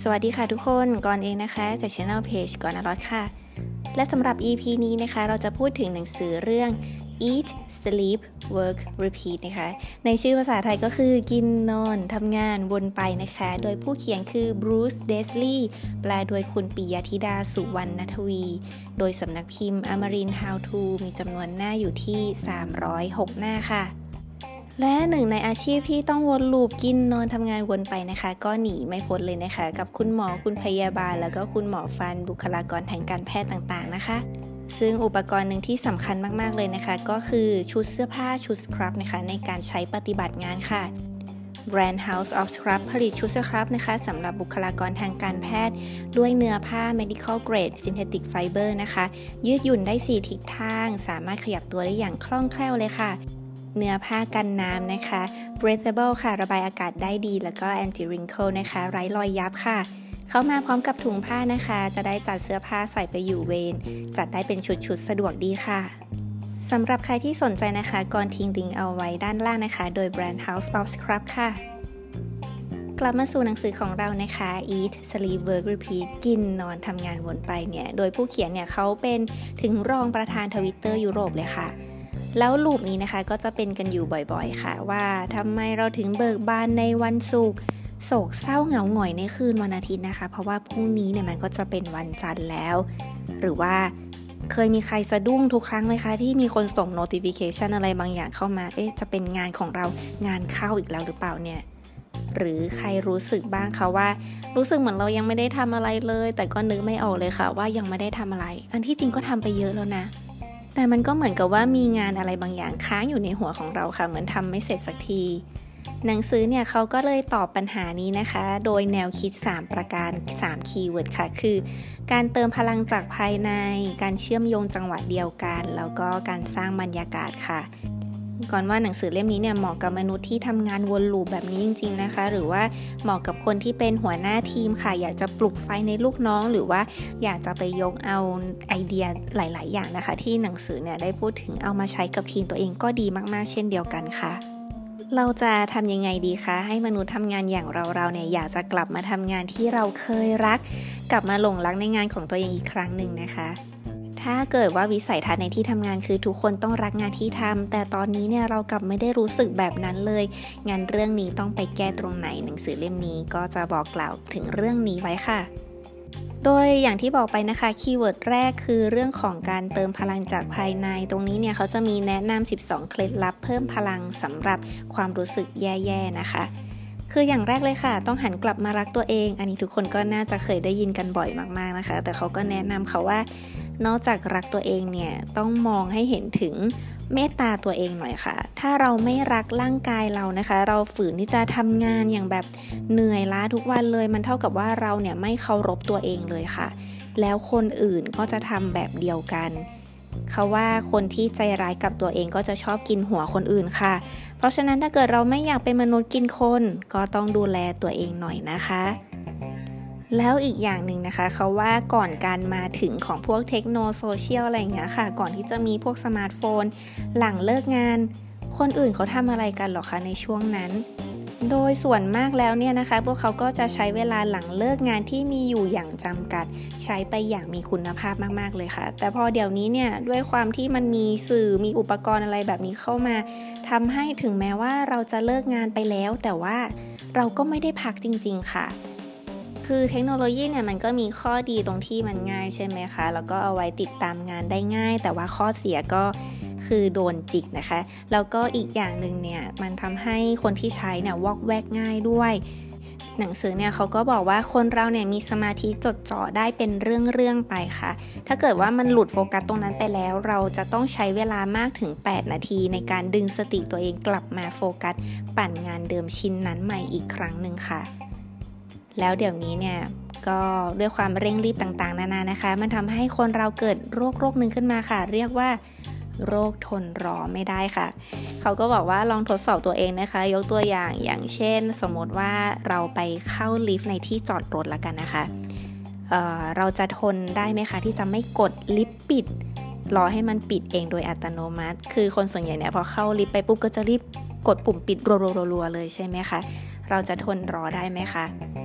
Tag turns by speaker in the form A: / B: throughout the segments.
A: สวัสดีค่ะทุกคนก่อนเองนะคะจาก Channel Page ก่อนอร่อยค่ะและสำหรับ EP นี้นะคะเราจะพูดถึงหนังสือเรื่อง Eat Sleep Work Repeat นะคะในชื่อภาษาไทยก็คือกินนอนทำงานวนไปนะคะโดยผู้เขียนคือบรูซ เดสลีย์แปลโดยคุณปิยธิดาสุวรรณทวีโดยสำนักพิมพ์อมรินทร์ How to มีจำนวนหน้าอยู่ที่306หน้าค่ะและหนึ่งในอาชีพที่ต้องวนลูปกินนอนทำงานวนไปนะคะก็หนีไม่พ้นเลยนะคะกับคุณหมอคุณพยาบาลแล้วก็คุณหมอฟันบุคลากรทางการแพทย์ต่างๆนะคะซึ่งอุปกรณ์หนึ่งที่สำคัญมากๆเลยนะคะก็คือชุดเสื้อผ้าชุดสครับนะคะในการใช้ปฏิบัติงานค่ะแบรนด์ House of Scrub ผลิตชุดสครับนะคะสำหรับบุคลากรทางการแพทย์ด้วยเนื้อผ้า medical grade synthetic fiber นะคะยืดหยุ่นได้4ทิศทางสามารถขยับตัวได้อย่างคล่องแคล่วเลยค่ะเนื้อผ้ากันน้ำนะคะ breathable ค่ะระบายอากาศได้ดีแล้วก็ anti wrinkle นะคะไร้รอยยับค่ะเข้ามาพร้อมกับถุงผ้านะคะจะได้จัดเสื้อผ้าใส่ไปอยู่เวรจัดได้เป็นชุดๆสะดวกดีค่ะสำหรับใครที่สนใจนะคะก่อนทิ้งลิงก์เอาไว้ด้านล่างนะคะโดยแบรนด์ House of Scrub ค่ะกลับมาสู่หนังสือของเรานะคะ Eat Sleep Work Repeat กินนอนทำงานวนไปเนี่ยโดยผู้เขียนเนี่ยเขาเป็นถึงรองประธาน Twitter ยุโรปเลยค่ะแล้วลูปนี้นะคะก็จะเป็นกันอยู่บ่อยๆค่ะว่าทำไมเราถึงเบิกบานในวันศุกร์โศกเศร้าเหงาหงอยในคืนวันอาทิตย์นะคะเพราะว่าพรุ่งนี้เนี่ยมันก็จะเป็นวันจันทร์แล้วหรือว่าเคยมีใครสะดุ้งทุกครั้งไหมคะที่มีคนส่ง notification อะไรบางอย่างเข้ามาจะเป็นงานของเรางานเข้าอีกแล้วหรือเปล่าเนี่ยหรือใครรู้สึกบ้างคะว่ารู้สึกเหมือนเรายังไม่ได้ทำอะไรเลยแต่ก็นึกไม่ออกเลยค่ะว่ายังไม่ได้ทำอะไรอันที่จริงก็ทำไปเยอะแล้วนะแต่มันก็เหมือนกับว่ามีงานอะไรบางอย่างค้างอยู่ในหัวของเราค่ะเหมือนทำไม่เสร็จสักทีหนังสือเนี่ยเขาก็เลยตอบปัญหานี้นะคะโดยแนวคิด3ประการ3คีย์เวิร์ดค่ะคือการเติมพลังจากภายในการเชื่อมโยงจังหวะเดียวกันแล้วก็การสร้างบรรยากาศค่ะก่อนว่าหนังสือเล่มนี้เนี่ยเหมาะกับมนุษย์ที่ทำงานวนลูปแบบนี้จริงๆนะคะหรือว่าเหมาะกับคนที่เป็นหัวหน้าทีมค่ะอยากจะปลุกไฟในลูกน้องหรือว่าอยากจะไปยกเอาไอเดียหลายๆอย่างนะคะที่หนังสือเนี่ยได้พูดถึงเอามาใช้กับทีมตัวเองก็ดีมากๆเช่นเดียวกันค่ะเราจะทำยังไงดีคะให้มนุษย์ทำงานอย่างเราเนี่ยอยากจะกลับมาทำงานที่เราเคยรักกลับมาหลงรักในงานของตัวเองอีกครั้งหนึ่งนะคะถ้าเกิดว่าวิสัยทัศน์ในที่ทำงานคือทุกคนต้องรักงานที่ทำแต่ตอนนี้เนี่ยเรากลับไม่ได้รู้สึกแบบนั้นเลยงั้นเรื่องนี้ต้องไปแก้ตรงไหนหนังสือเล่มนี้ก็จะบอกกล่าวถึงเรื่องนี้ไว้ค่ะโดยอย่างที่บอกไปนะคะคีย์เวิร์ดแรกคือเรื่องของการเติมพลังจากภายในตรงนี้เนี่ยเขาจะมีแนะนำ12เคล็ดลับเพิ่มพลังสำหรับความรู้สึกแย่ๆนะคะคืออย่างแรกเลยค่ะต้องหันกลับมารักตัวเองอันนี้ทุกคนก็น่าจะเคยได้ยินกันบ่อยมากๆนะคะแต่เขาก็แนะนำเขาว่านอกจากรักตัวเองเนี่ยต้องมองให้เห็นถึงเมตตาตัวเองหน่อยค่ะถ้าเราไม่รักร่างกายเรานะคะเราฝืนที่จะทำงานอย่างแบบเหนื่อยล้าทุกวันเลยมันเท่ากับว่าเราเนี่ยไม่เคารพตัวเองเลยค่ะแล้วคนอื่นก็จะทำแบบเดียวกันเขาว่าคนที่ใจร้ายกับตัวเองก็จะชอบกินหัวคนอื่นค่ะเพราะฉะนั้นถ้าเกิดเราไม่อยากเป็นมนุษย์กินคนก็ต้องดูแลตัวเองหน่อยนะคะแล้วอีกอย่างหนึ่งนะคะเขาว่าก่อนการมาถึงของพวกเทคโนโซเชียลอะไรอย่างเงี้ยค่ะก่อนที่จะมีพวกสมาร์ทโฟนหลังเลิกงานคนอื่นเขาทำอะไรกันหรอคะในช่วงนั้นโดยส่วนมากแล้วเนี่ยนะคะพวกเขาก็จะใช้เวลาหลังเลิกงานที่มีอยู่อย่างจำกัดใช้ไปอย่างมีคุณภาพมากๆเลยค่ะแต่พอเดี๋ยวนี้เนี่ยด้วยความที่มันมีสื่อมีอุปกรณ์อะไรแบบนี้เข้ามาทำให้ถึงแม้ว่าเราจะเลิกงานไปแล้วแต่ว่าเราก็ไม่ได้พักจริงๆค่ะคือเทคโนโลยีเนี่ยมันก็มีข้อดีตรงที่มันง่ายใช่ไหมคะแล้วก็เอาไว้ติดตามงานได้ง่ายแต่ว่าข้อเสียก็คือโดนจิกนะคะแล้วก็อีกอย่างหนึ่งเนี่ยมันทำให้คนที่ใช้เนี่ยวอกแวกง่ายด้วยหนังสือเนี่ยเขาก็บอกว่าคนเราเนี่ยมีสมาธิจดจ่อได้เป็นเรื่องๆไปค่ะถ้าเกิดว่ามันหลุดโฟกัสตรงนั้นไปแล้วเราจะต้องใช้เวลามากถึง8นาทีในการดึงสติตัวเองกลับมาโฟกัสปั่นงานเดิมชิ้นนั้นใหม่อีกครั้งหนึ่งค่ะแล้วเดี๋ยวนี้เนี่ยก็ด้วยความเร่งรีบต่างๆนานานะคะมันทำให้คนเราเกิดโรคหนึ่งขึ้นมาค่ะเรียกว่าโรคทนรอไม่ได้ค่ะเขาก็บอกว่าลองทดสอบตัวเองนะคะยกตัวอย่างเช่นสมมติว่าเราไปเข้าลิฟต์ในที่จอดรถละกันนะคะเราจะทนได้ไหมคะที่จะไม่กดลิฟต์ปิดรอให้มันปิดเองโดยอัตโนมัติคือคนส่วนใหญ่เนี่ยพอเข้าลิฟต์ไปปุ๊บก็จะรีบกดปุ่มปิดรัวๆเลยใช่ไหมคะเราจะทนรอได้ไหมคะ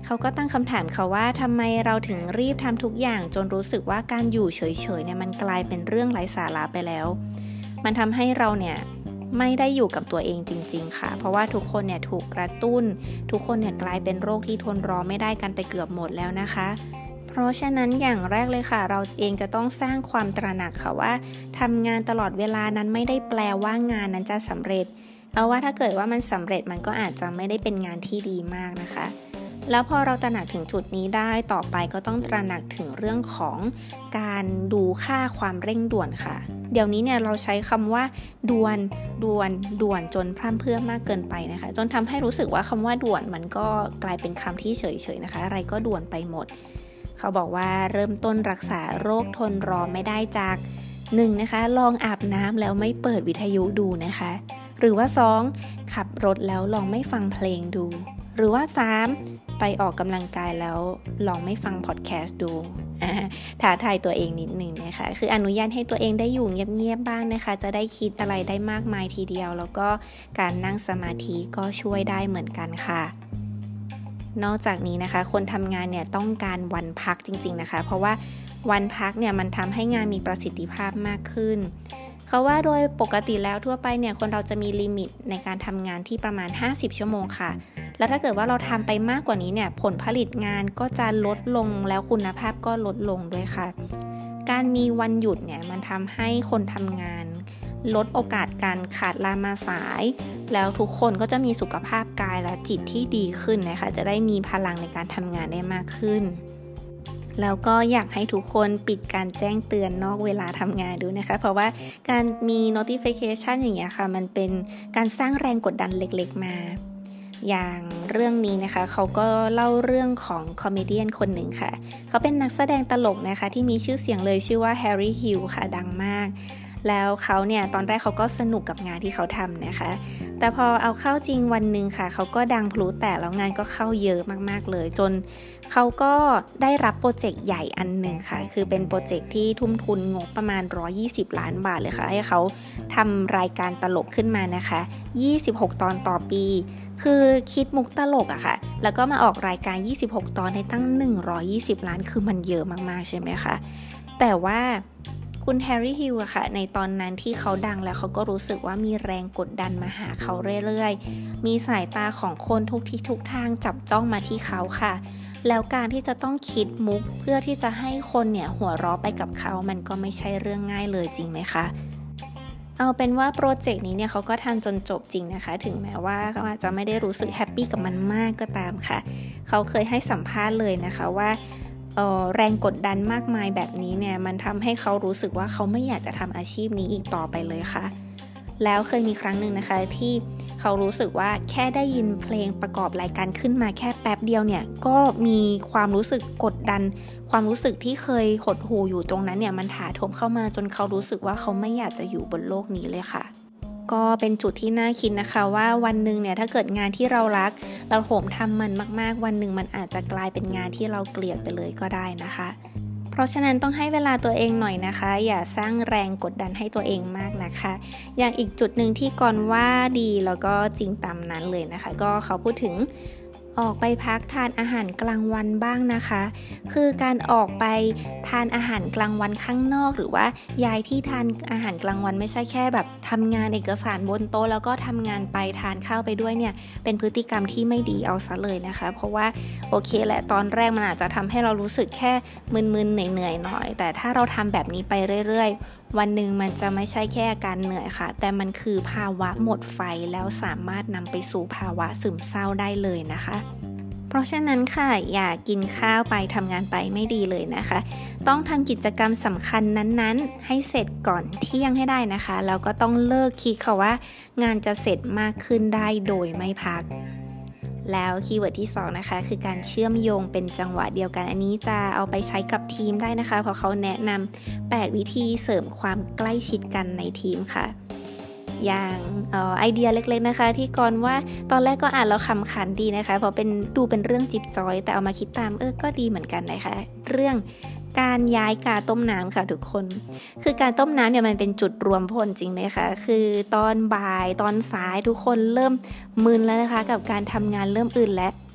A: เขาก็ตั้งคำถามค่ะว่าทำไมเราถึงรีบทำทุกอย่างจนรู้สึกว่าการอยู่เฉยๆเนี่ยมันกลายเป็นเรื่องไร้สาระไปแล้วมันทำให้เราเนี่ยไม่ได้อยู่กับตัวเองจริงๆค่ะเพราะว่าทุกคนเนี่ยถูกกระตุ้นทุกคนเนี่ยกลายเป็นโรคที่ทนรอไม่ได้กันไปเกือบหมดแล้วนะคะเพราะฉะนั้นอย่างแรกเลยค่ะเราเองจะต้องสร้างความตระหนักค่ะว่าทำงานตลอดเวลานั้นไม่ได้แปลว่างานนั้นจะสำเร็จเอาว่าถ้าเกิดว่ามันสำเร็จมันก็อาจจะไม่ได้เป็นงานที่ดีมากนะคะแล้วพอเราตระหนักถึงจุดนี้ได้ต่อไปก็ต้องตระหนักถึงเรื่องของการดูค่าความเร่งด่วนค่ะเดี๋ยวนี้เนี่ยเราใช้คำว่าด่วนจนพร่ำเพรื่อมากเกินไปนะคะจนทำให้รู้สึกว่าคำว่าด่วนมันก็กลายเป็นคำที่เฉยๆนะคะอะไรก็ด่วนไปหมดเขาบอกว่าเริ่มต้นรักษาโรคทนรอไม่ได้จาก 1. นะคะลองอาบน้ำแล้วไม่เปิดวิทยุดูนะคะหรือว่า 2. ขับรถแล้วลองไม่ฟังเพลงดูหรือว่า 3. ไปออกกำลังกายแล้วลองไม่ฟังพอดแคสต์ดูท้าทายตัวเองนิดนึงนะคะคืออนุญาตให้ตัวเองได้อยู่เงียบๆบ้างนะคะจะได้คิดอะไรได้มากมายทีเดียวแล้วก็การนั่งสมาธิก็ช่วยได้เหมือนกันค่ะนอกจากนี้นะคะคนทำงานเนี่ยต้องการวันพักจริงๆนะคะเพราะว่าวันพักเนี่ยมันทำให้งานมีประสิทธิภาพมากขึ้นเขาว่าโดยปกติแล้วทั่วไปเนี่ยคนเราจะมีลิมิตในการทำงานที่ประมาณ50ชั่วโมงค่ะแล้วถ้าเกิดว่าเราทำไปมากกว่านี้เนี่ยผลผลิตงานก็จะลดลงแล้วคุณภาพก็ลดลงด้วยค่ะการมีวันหยุดเนี่ยมันทำให้คนทำงานลดโอกาสการขาดลามาสายแล้วทุกคนก็จะมีสุขภาพกายและจิตที่ดีขึ้นนะคะจะได้มีพลังในการทำงานได้มากขึ้นแล้วก็อยากให้ทุกคนปิดการแจ้งเตือนนอกเวลาทำงานดูนะคะเพราะว่าการมี notification อย่างเงี้ยค่ะมันเป็นการสร้างแรงกดดันเล็กๆมาอย่างเรื่องนี้นะคะเขาก็เล่าเรื่องของคอมเมเดียนคนหนึ่งค่ะเขาเป็นนักแสดงตลกนะคะที่มีชื่อเสียงเลยชื่อว่าแฮร์รี่ฮิลค่ะดังมากแล้วเขาเนี่ยตอนแรกเขาก็สนุกกับงานที่เขาทำนะคะแต่พอเอาเข้าจริงวันหนึ่งค่ะเขาก็ดังพลุแตกแล้วงานก็เข้าเยอะมากๆเลยจนเขาก็ได้รับโปรเจกต์ใหญ่อันหนึ่งค่ะคือเป็นโปรเจกต์ที่ทุ่มทุนงบประมาณ120ล้านบาทเลยค่ะให้เขาทำรายการตลกขึ้นมานะคะ26ตอนต่อปีคือคิดมุกตลกอะค่ะแล้วก็มาออกรายการ26ตอนให้ตั้ง120ล้านคือมันเยอะมากๆใช่ไหมคะแต่ว่าคุณแฮร์รี่ฮิลอะค่ะในตอนนั้นที่เขาดังแล้วเขาก็รู้สึกว่ามีแรงกดดันมาหาเขาเรื่อยๆมีสายตาของคนทุกทิศทุกทางจับจ้องมาที่เขาค่ะแล้วการที่จะต้องคิดมุกเพื่อที่จะให้คนเนี่ยหัวเราะไปกับเขามันก็ไม่ใช่เรื่องง่ายเลยจริงไหมคะเอาเป็นว่าโปรเจกต์นี้เนี่ยเขาก็ทำจนจบจริงนะคะถึงแม้ว่าเขาอาจจะไม่ได้รู้สึกแฮปปี้กับมันมากก็ตามค่ะเขาเคยให้สัมภาษณ์เลยนะคะว่าแรงกดดันมากมายแบบนี้เนี่ยมันทำให้เขารู้สึกว่าเขาไม่อยากจะทำอาชีพนี้อีกต่อไปเลยค่ะแล้วเคยมีครั้งหนึ่งนะคะที่เขารู้สึกว่าแค่ได้ยินเพลงประกอบรายการขึ้นมาแค่แป๊บเดียวเนี่ยก็มีความรู้สึกกดดันความรู้สึกที่เคยหดหู่อยู่ตรงนั้นเนี่ยมันถาโถมเข้ามาจนเขารู้สึกว่าเขาไม่อยากจะอยู่บนโลกนี้เลยค่ะก็เป็นจุดที่น่าคิดนะคะว่าวันหนึ่งเนี่ยถ้าเกิดงานที่เรารักเราโหมทำมันมากๆวันหนึ่งมันอาจจะกลายเป็นงานที่เราเกลียดไปเลยก็ได้นะคะเพราะฉะนั้นต้องให้เวลาตัวเองหน่อยนะคะอย่าสร้างแรงกดดันให้ตัวเองมากนะคะอย่างอีกจุดหนึ่งที่ก่อนว่าดีแล้วก็จริงตามนั้นเลยนะคะก็เขาพูดถึงออกไปพักทานอาหารกลางวันบ้างนะคะคือการออกไปทานอาหารกลางวันข้างนอกหรือว่าย้ายที่ทานอาหารกลางวันไม่ใช่แค่แบบทำงานเอกสารบนโต๊ะแล้วก็ทำงานไปทานข้าวไปด้วยเนี่ยเป็นพฤติกรรมที่ไม่ดีเอาซะเลยนะคะเพราะว่าโอเคแหละตอนแรกมันอาจจะทำให้เรารู้สึกแค่มึนๆเหนื่อยๆหน่อยแต่ถ้าเราทำแบบนี้ไปเรื่อยๆวันหนึ่งมันจะไม่ใช่แค่อาการเหนื่อยค่ะแต่มันคือภาวะหมดไฟแล้วสามารถนำไปสู่ภาวะซึมเศร้าได้เลยนะคะเพราะฉะนั้นค่ะอย่ากินข้าวไปทำงานไปไม่ดีเลยนะคะต้องทำกิจกรรมสำคัญนั้นๆให้เสร็จก่อนเที่ยงให้ได้นะคะแล้วก็ต้องเลิกคิดค่ะว่างานจะเสร็จมากขึ้นได้โดยไม่พักแล้วคีย์เวิร์ดที่2นะคะคือการเชื่อมโยงเป็นจังหวะเดียวกันอันนี้จะเอาไปใช้กับทีมได้นะคะเพราะเขาแนะนำ8วิธีเสริมความใกล้ชิดกันในทีมค่ะอย่างไอเดียเล็กๆนะคะที่ก่อนว่าตอนแรกก็อ่านแล้วขำขันดีนะคะเพราะดูเป็นเรื่องจิ๊บจ้อยแต่เอามาคิดตามก็ดีเหมือนกันนะคะเรื่องการย้ายกาต้มน้ำค่ะทุกคนคือการต้มน้ำเนี่ยมันเป็นจุดรวมพลจริงไหมคะคือตอนบ่ายตอนสายทุกคนเริ่มมึนแล้วนะคะกับการทำงานเริ่มอื่นแล้ว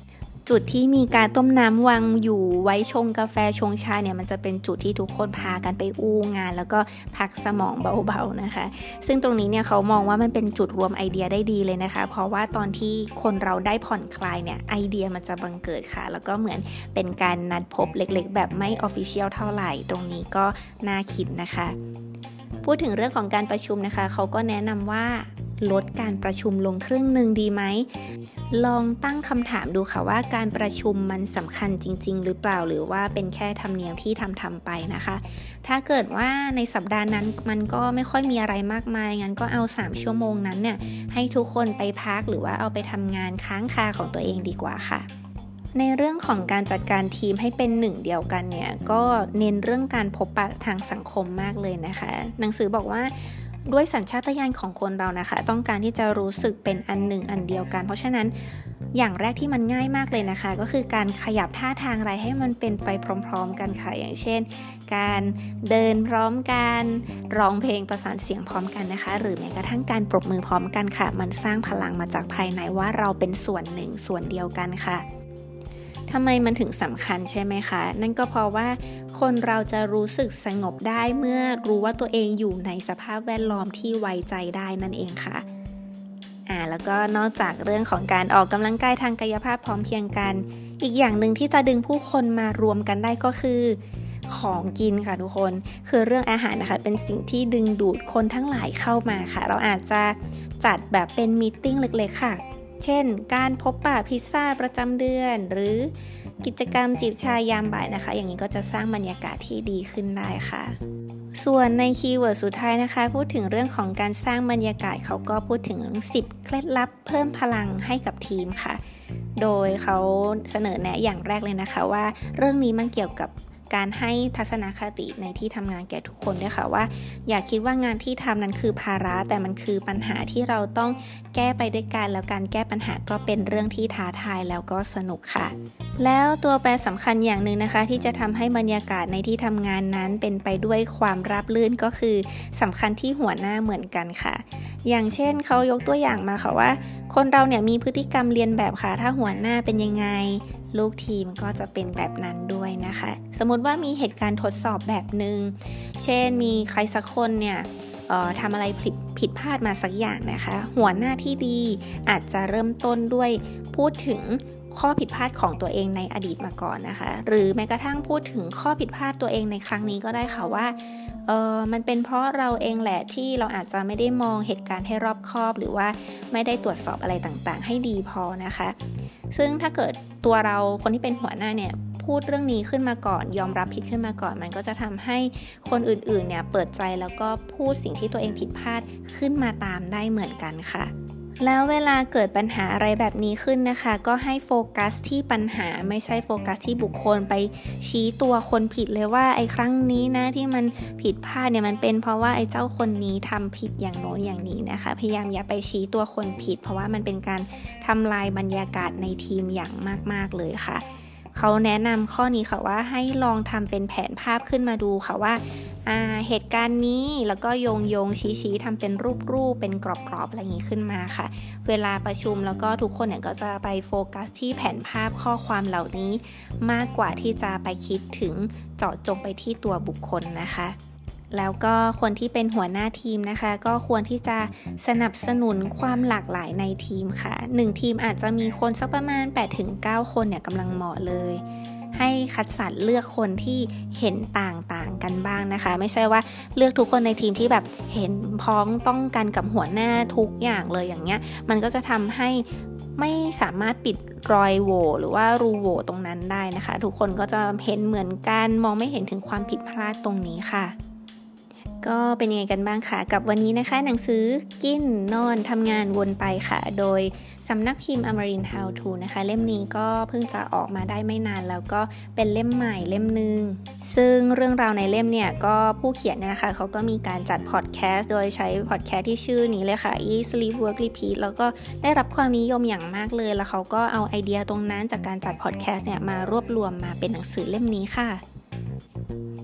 A: จุดที่มีการต้มน้ำวางอยู่ไว้ชงกาแฟชงชาเนี่ยมันจะเป็นจุดที่ทุกคนพากันไปอู้งานแล้วก็พักสมองเบาๆนะคะซึ่งตรงนี้เนี่ยเขามองว่ามันเป็นจุดรวมไอเดียได้ดีเลยนะคะเพราะว่าตอนที่คนเราได้ผ่อนคลายเนี่ยไอเดียมันจะบังเกิดค่ะแล้วก็เหมือนเป็นการนัดพบเล็กๆแบบไม่ออฟฟิเชียลเท่าไหร่ตรงนี้ก็น่าคิดนะคะพูดถึงเรื่องของการประชุมนะคะเขาก็แนะนำว่าลดการประชุมลงครึ่งหนึ่งดีไหมลองตั้งคำถามดูค่ะว่าการประชุมมันสำคัญจริงๆหรือเปล่าหรือว่าเป็นแค่ธรรมเนียมที่ทำไปนะคะถ้าเกิดว่าในสัปดาห์นั้นมันก็ไม่ค่อยมีอะไรมากมายงั้นก็เอา3ชั่วโมงนั้นเนี่ยให้ทุกคนไปพักหรือว่าเอาไปทำงานค้างคาของตัวเองดีกว่าค่ะในเรื่องของการจัดการทีมให้เป็นหนึ่งเดียวกันเนี่ยก็เน้นเรื่องการพบปะทางสังคมมากเลยนะคะหนังสือบอกว่าด้วยสัญชาตญาณของคนเรานะคะต้องการที่จะรู้สึกเป็นอันหนึ่งอันเดียวกันเพราะฉะนั้นอย่างแรกที่มันง่ายมากเลยนะคะก็คือการขยับท่าทางอะไรให้มันเป็นไปพร้อมๆกันค่ะอย่างเช่นการเดินพร้อมกันร้องเพลงประสานเสียงพร้อมกันนะคะหรือแม้กระทั่งการปรบมือพร้อมกันค่ะมันสร้างพลังมาจากภายในว่าเราเป็นส่วนหนึ่งส่วนเดียวกันค่ะทำไมมันถึงสำคัญใช่ไหมคะนั่นก็เพราะว่าคนเราจะรู้สึกสงบได้เมื่อรู้ว่าตัวเองอยู่ในสภาพแวดล้อมที่ไว้ใจได้นั่นเองค่ะแล้วก็นอกจากเรื่องของการออกกำลังกายทางกายภาพพร้อมเพรียงกันอีกอย่างหนึ่งที่จะดึงผู้คนมารวมกันได้ก็คือของกินค่ะทุกคนคือเรื่องอาหารนะคะเป็นสิ่งที่ดึงดูดคนทั้งหลายเข้ามาค่ะเราอาจจะจัดแบบเป็นมีตติ้งเล็กๆค่ะเช่นการพบปะพิซซ่าประจำเดือนหรือกิจกรรมจิบชายามบ่ายนะคะอย่างนี้ก็จะสร้างบรรยากาศที่ดีขึ้นได้ค่ะส่วนในคีย์เวิร์ดสุดท้ายนะคะพูดถึงเรื่องของการสร้างบรรยากาศเขาก็พูดถึง10เคล็ดลับเพิ่มพลังให้กับทีมค่ะโดยเขาเสนอแนะอย่างแรกเลยนะคะว่าเรื่องนี้มันเกี่ยวกับการให้ทัศนคติในที่ทำงานแก่ทุกคนด้วยค่ะว่าอย่าคิดว่างานที่ทำนั้นคือภาระแต่มันคือปัญหาที่เราต้องแก้ไปด้วยกันแล้วการแก้ปัญหาก็เป็นเรื่องที่ท้าทายแล้วก็สนุกค่ะแล้วตัวแปรสำคัญอย่างหนึ่งนะคะที่จะทำให้บรรยากาศในที่ทำงานนั้นเป็นไปด้วยความราบรื่นก็คือสำคัญที่หัวหน้าเหมือนกันค่ะอย่างเช่นเขายกตัวอย่างมาค่ะว่าคนเราเนี่ยมีพฤติกรรมเรียนแบบค่ะถ้าหัวหน้าเป็นยังไงลูกทีมก็จะเป็นแบบนั้นด้วยนะคะสมมติว่ามีเหตุการณ์ทดสอบแบบนึงเช่นมีใครสักคนเนี่ยทำอะไรผิดพลาดมาสักอย่างนะคะหัวหน้าที่ดีอาจจะเริ่มต้นด้วยพูดถึงข้อผิดพลาดของตัวเองในอดีตมาก่อนนะคะหรือแม้กระทั่งพูดถึงข้อผิดพลาดตัวเองในครั้งนี้ก็ได้ค่ะว่ามันเป็นเพราะเราเองแหละที่เราอาจจะไม่ได้มองเหตุการณ์ให้รอบคอบหรือว่าไม่ได้ตรวจสอบอะไรต่างๆให้ดีพอนะคะซึ่งถ้าเกิดตัวเราคนที่เป็นหัวหน้าเนี่ยพูดเรื่องนี้ขึ้นมาก่อนยอมรับผิดขึ้นมาก่อนมันก็จะทำให้คนอื่นๆเนี่ยเปิดใจแล้วก็พูดสิ่งที่ตัวเองผิดพลาดขึ้นมาตามได้เหมือนกันค่ะแล้วเวลาเกิดปัญหาอะไรแบบนี้ขึ้นนะคะก็ให้โฟกัสที่ปัญหาไม่ใช่โฟกัสที่บุคคลไปชี้ตัวคนผิดเลยว่าไอ้ครั้งนี้นะที่มันผิดพลาดเนี่ยมันเป็นเพราะว่าไอ้เจ้าคนนี้ทำผิดอย่างโน้นอย่างนี้นะคะพยายามอย่าไปชี้ตัวคนผิดเพราะว่ามันเป็นการทำลายบรรยากาศในทีมอย่างมากๆเลยค่ะเขาแนะนำข้อนี้ค่ะว่าให้ลองทำเป็นแผนภาพขึ้นมาดูค่ะว่าเหตุการณ์นี้แล้วก็โยงชี้ทำเป็นรูปเป็นกรอบอะไรอย่างนี้ขึ้นมาค่ะเวลาประชุมแล้วก็ทุกคนเนี่ยก็จะไปโฟกัสที่แผนภาพข้อความเหล่านี้มากกว่าที่จะไปคิดถึงเจาะจงไปที่ตัวบุคคลนะคะแล้วก็คนที่เป็นหัวหน้าทีมนะคะก็ควรที่จะสนับสนุนความหลากหลายในทีมค่ะ1ทีมอาจจะมีคนสักประมาณ 8-9 คนเนี่ยกำลังเหมาะเลยให้คัดสรรเลือกคนที่เห็นต่างกันบ้างนะคะไม่ใช่ว่าเลือกทุกคนในทีมที่แบบเห็นพ้องต้องกันกับหัวหน้าทุกอย่างเลยอย่างเงี้ยมันก็จะทำให้ไม่สามารถปิดรอยโหว่หรือว่ารูโหว่ตรงนั้นได้นะคะทุกคนก็จะเห็นเหมือนกันมองไม่เห็นถึงความผิดพลาดตรงนี้ค่ะก็เป็นยังไงกันบ้างค่ะกับวันนี้นะคะหนังสือกินนอนทำงานวนไปค่ะโดยสำนักพิมพ์ Amarin How To นะคะเล่มนี้ก็เพิ่งจะออกมาได้ไม่นานแล้วก็เป็นเล่มใหม่เล่มนึงซึ่งเรื่องราวในเล่มเนี่ยก็ผู้เขียนนะคะเขาก็มีการจัดพอดแคสต์โดยใช้พอดแคสต์ที่ชื่อนี้เลยค่ะ Eat Sleep Work Repeat แล้วก็ได้รับความนิยมอย่างมากเลยแล้วเขาก็เอาไอเดียตรงนั้นจากการจัดพอดแคสต์เนี่ยมารวบรวมมาเป็นหนังสือเล่มนี้ค่ะข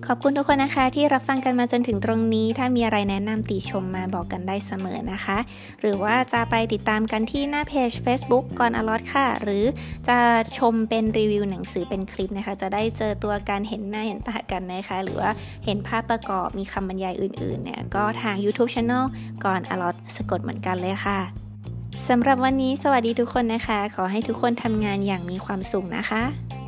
A: ขอบคุณทุกคนนะคะที่รับฟังกันมาจนถึงตรงนี้ถ้ามีอะไรแนะนำติชมมาบอกกันได้เสมอนะคะหรือว่าจะไปติดตามกันที่หน้าเพจ Facebook ก่อนอลอตค่ะหรือจะชมเป็นรีวิวหนังสือเป็นคลิปนะคะจะได้เจอตัวการเห็นหน้าเห็นตากันนะคะหรือว่าเห็นภาพประกอบมีคำบรรยายอื่นๆเนี่ยก็ทาง YouTube Channel ก่อนอลอตสะกดเหมือนกันเลยค่ะสำหรับวันนี้สวัสดีทุกคนนะคะขอให้ทุกคนทำงานอย่างมีความสุขนะคะ